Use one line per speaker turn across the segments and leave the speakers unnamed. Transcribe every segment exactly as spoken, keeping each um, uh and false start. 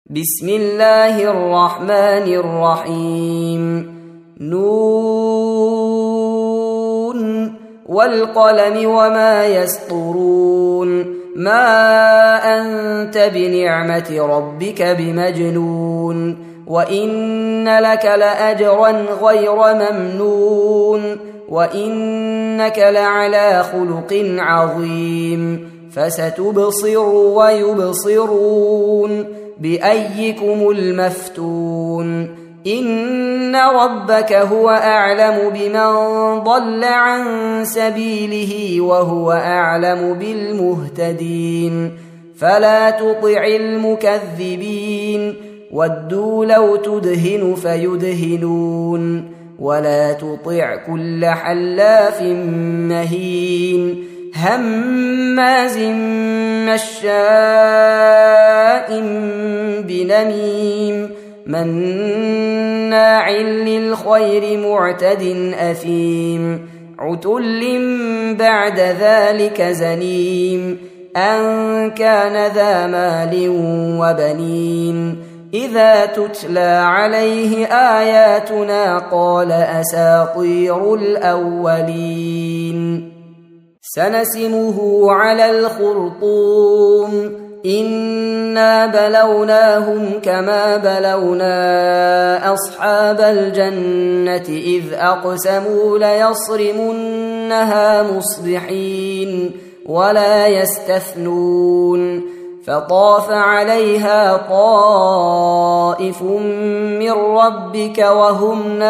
بسم الله الرحمن الرحيم. نون والقلم وما يسطرون. ما أنت بنعمة ربك بمجنون، وإن لك لأجرا غير ممنون، وإنك لعلى خلق عظيم. فستبصر ويبصرون بأيكم المفتون. إن ربك هو أعلم بمن ضل عن سبيله وهو أعلم بالمهتدين. فلا تطع المكذبين، ودوا لو تدهن فيدهنون، ولا تطع كل حلاف مهين هماز مشاء بنميم مناع للخير معتد أثيم عتل بعد ذلك زنيم أن كان ذا مال وبنين. إذا تتلى عليه آياتنا قال أساطير الأولين. سنسمه على الخرطوم. إنا بلوناهم كما بلونا أصحاب الجنة إذ أقسموا ليصرمنها مصبحين ولا يستثنون. فطاف عليها طائف من ربك وهم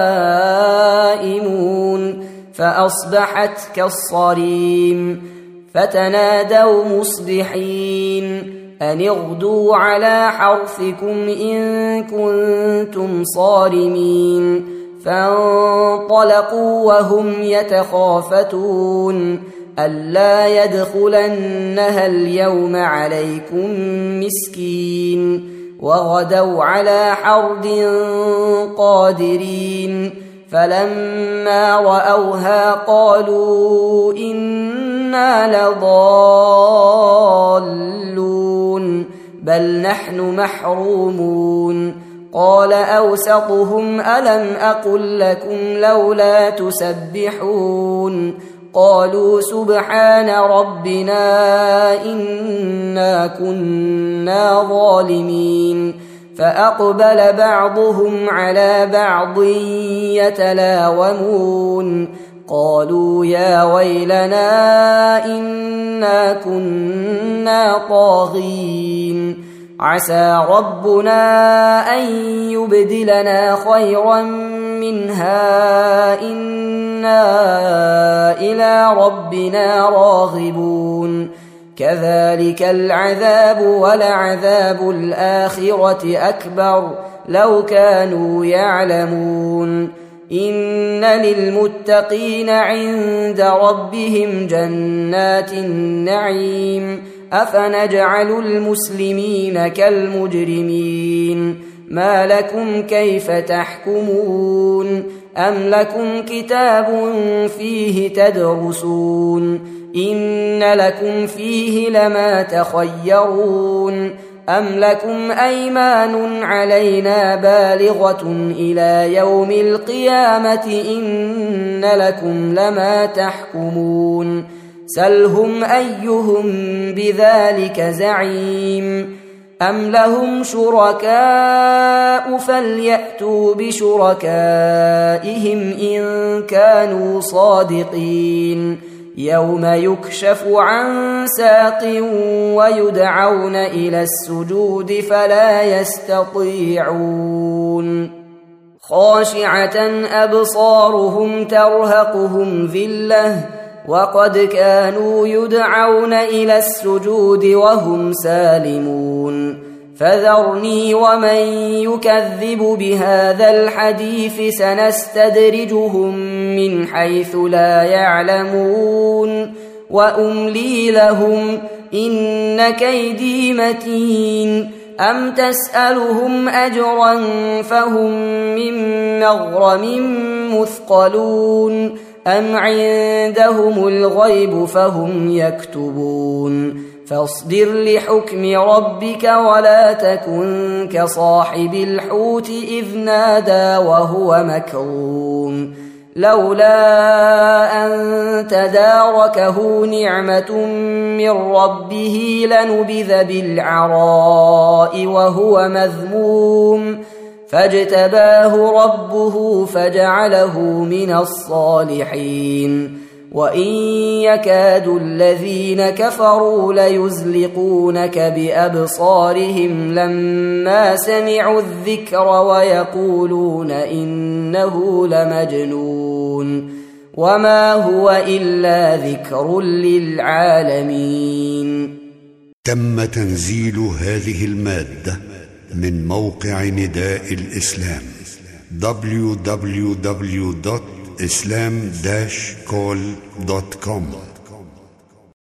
نائمون فأصبحت كالصريم. فتنادوا مصبحين أن اغدوا على حرثكم إن كنتم صارمين. فانطلقوا وهم يتخافتون ألا يدخلنها اليوم عليكم مسكين. وغدوا على حرد قادرين. فلما رأوها قالوا إنا لضالون بل نحن محرومون. قال أوسطهم ألم أقل لكم لولا تسبحون. قالوا سبحان ربنا إنا كنا ظالمين. فأقبل بعضهم على بعض يتلاومون قالوا يا ويلنا إنا كنا طاغين. عسى ربنا أن يبدلنا خيرا منها إنا إلى ربنا راغبون. كذلك العذاب ولعذاب الآخرة أكبر لو كانوا يعلمون. إن للمتقين عند ربهم جنات النعيم. أفنجعل المسلمين كالمجرمين. ما لكم كيف تحكمون؟ أم لكم كتاب فيه تدرسون؟ إن لكم فيه لما تخيرون. أم لكم أيمان علينا بالغة إلى يوم القيامة إن لكم لما تحكمون. سلهم أيهم بذلك زعيم. أم لهم شركاء فليأتوا بشركائهم إن كانوا صادقين. يوم يكشف عن ساق ويدعون إلى السجود فلا يستطيعون. خاشعة أبصارهم ترهقهم ذلة وقد كانوا يدعون إلى السجود وهم سالمون. فذرني ومن يكذب بهذا الحديث سنستدرجهم من حيث لا يعلمون وأملي لهم إن كيدي متين. أم تسألهم أجرا فهم من مغرم مثقلون أم عندهم الغيب فهم يكتبون فاصبر لحكم ربك ولا تكن كصاحب الحوت إذ نادى وهو مكظوم لولا أن تداركه نعمة من ربه لنبذ بالعراء وهو مذموم فاجتباه ربه فجعله من الصالحين وإن يكاد الذين كفروا ليزلقونك بأبصارهم لما سمعوا الذكر ويقولون إنه لمجنون وما هو إلا ذكر للعالمين.
تم تنزيل هذه المادة من موقع نداء الإسلام دبليو دبليو دبليو دوت islam dash call دوت كوم.